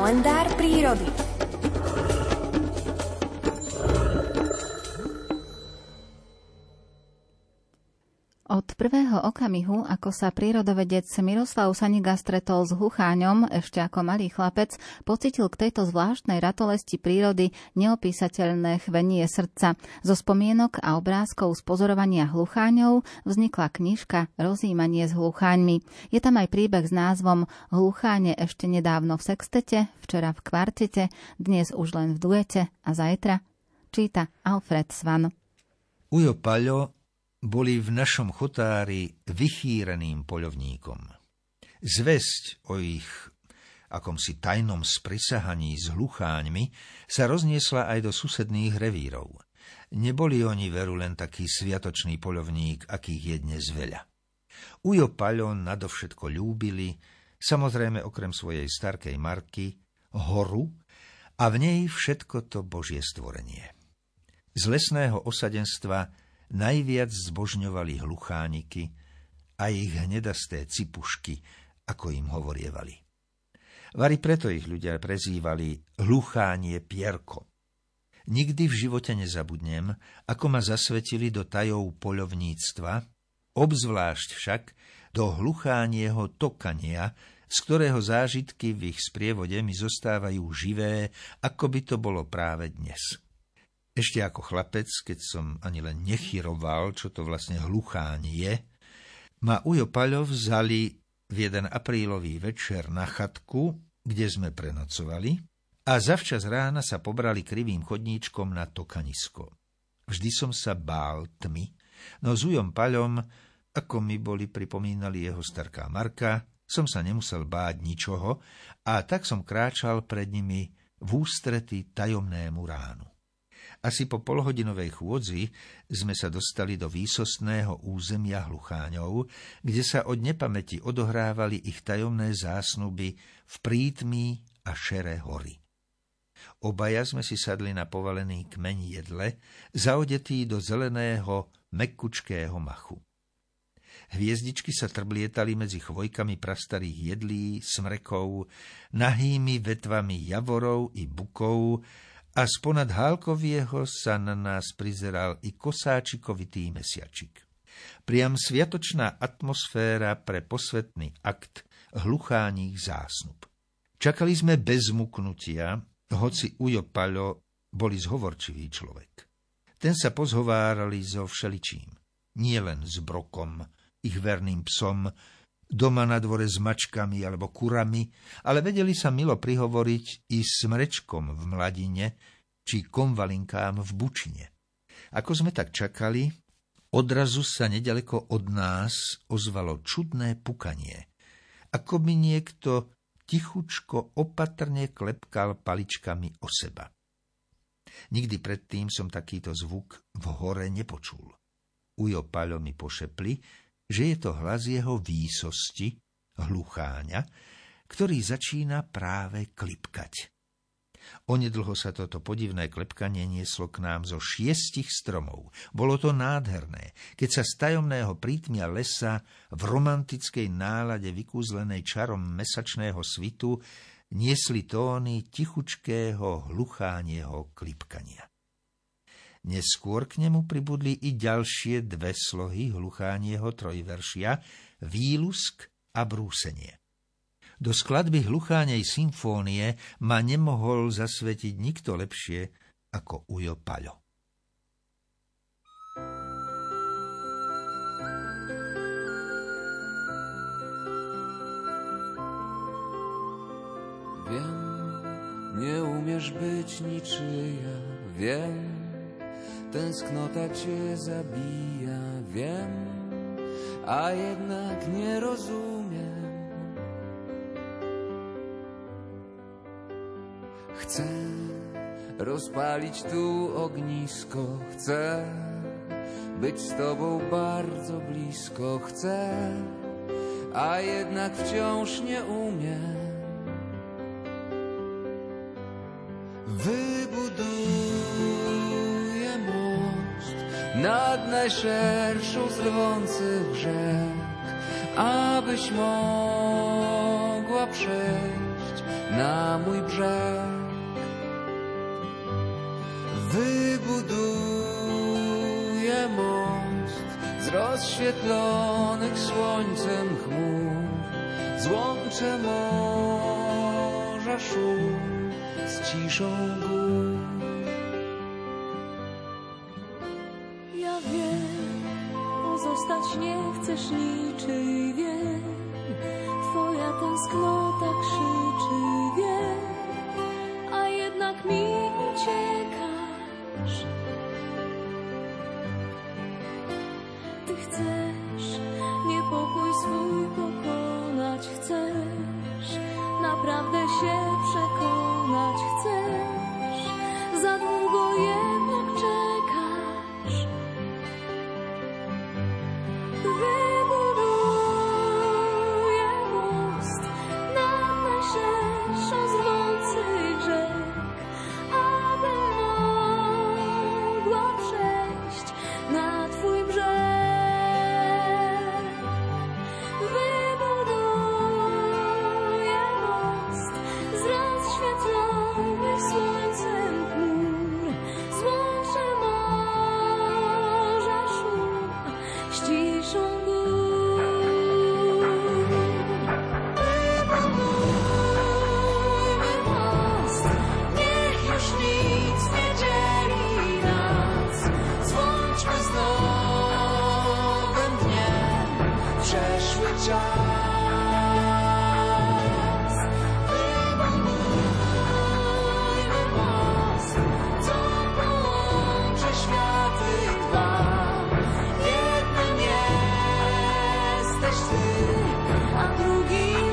kalendár prírody. Od prvého okamihu, ako sa prírodovedec Miroslav Saniga stretol s hlucháňom, ešte ako malý chlapec, pocitil k tejto zvláštnej ratolesti prírody neopísateľné chvenie srdca. Zo spomienok a obrázkov z pozorovania hlucháňov vznikla knižka Rozjímanie s hlucháňmi. Je tam aj príbeh s názvom Hlucháne ešte nedávno v sextete, včera v kvartete, dnes už len v duete a zajtra. Číta Alfred Svan. Ujo Paľo boli v našom chotári vychýreným poľovníkom. Zvesť o ich akomsi tajnom sprisahaní s hlucháňmi sa rozniesla aj do susedných revírov. Neboli oni veru len taký sviatočný poľovník, akých je dnes veľa. Ujo Paľo nadovšetko ľúbili, samozrejme okrem svojej starkej Marky, horu a v nej všetko to Božie stvorenie. Z lesného osadenstva najviac zbožňovali hluchániky a ich hnedasté cipušky, ako im hovorievali. Vari preto ich ľudia prezývali hluchánie Pierko. Nikdy v živote nezabudnem, ako ma zasvetili do tajov poľovníctva, obzvlášť však do hluchánieho tokania, z ktorého zážitky v ich sprievode mi zostávajú živé, ako by to bolo práve dnes. Ešte ako chlapec, keď som ani len nechyroval, čo to vlastne hlucháň je, ma Ujo Paľo vzali v jeden aprílový večer na chatku, kde sme prenocovali, a zavčas rána sa pobrali krivým chodníčkom na tokanisko. Vždy som sa bál tmy, no s Ujom Paľom, ako mi boli pripomínali jeho starká Marka, som sa nemusel báť ničoho a tak som kráčal pred nimi v ústrety tajomnému ránu. Asi po polhodinovej chôdzi sme sa dostali do výsostného územia hlucháňov, kde sa od nepamäti odohrávali ich tajomné zásnuby v prítmí a šeré hory. Obaja sme si sadli na povalený kmeň jedle, zaodetý do zeleného, mekučkého machu. Hviezdičky sa trblietali medzi chvojkami prastarých jedlí, smrekov, nahými vetvami javorov i bukov, a sponad hálkovieho sa na nás prizeral i kosáčikovitý mesiačik. Priam sviatočná atmosféra pre posvetný akt hlucháních zásnub. Čakali sme bez muknutia, hoci Ujo Paľo boli zhovorčivý človek. Ten sa pozhovárali so všeličím, nie len s Brokom, ich verným psom, doma na dvore s mačkami alebo kurami, ale vedeli sa milo prihovoriť i smrečkom v Mladine či konvalinkám v Bučine. Ako sme tak čakali, odrazu sa nedaleko od nás ozvalo čudné pukanie, ako by niekto tichučko opatrne klepkal paličkami o seba. Nikdy predtým som takýto zvuk v hore nepočul. Ujo Paľo mi pošepli, že je to hlas jeho výsosti, hlucháňa, ktorý začína práve klipkať. Onedlho sa toto podivné klepkanie nieslo k nám zo 6 stromov. Bolo to nádherné, keď sa z tajomného prítmia lesa v romantickej nálade vykúzlenej čarom mesačného svitu niesli tóny tichučkého hluchánieho klipkania. Neskôr k nemu pribudli i ďalšie dve slohy hluchánieho trojveršia, výlusk a brúsenie. Do skladby hluchánej symfónie ma nemohol zasvetiť nikto lepšie ako Ujo Paľo. Wiem, nie umiesz być niczyja, wiem, tęsknota cię zabija, wiem, a jednak nie rozumiem. Chcę rozpalić tu ognisko, chcę być z tobą bardzo blisko, chcę, a jednak wciąż nie umiem. Wybuduję most nad najszerszą z rwących rzek, abyś mogła przejść na mój brzeg. Wybuduję most z rozświetlonych słońcem chmur, złączę morza szum z ciszą gór. Ja wiem, pozostać nie chcesz niczyj wiem, twoja tęsknota krzyczy wiem, a jednak mi uciekasz. Ty chcesz niepokój swój pokonać, chcesz naprawdę się przekonać, chcesz, za długo jednak czekasz. Wybuduję most nad najszerszą z rwących rzek, abym mogła przejść na twój brzeg. Wybuduję most z rozświetlonych słońcem chmur, złączę morza szum z ciszą gór. Wybudujmy most, niech już nic nie dzieli nas, złączmy z nowym dniem przeszły czas. Wybudujmy most, co połączy światy dwa. Jednym jesteś ty, a drugim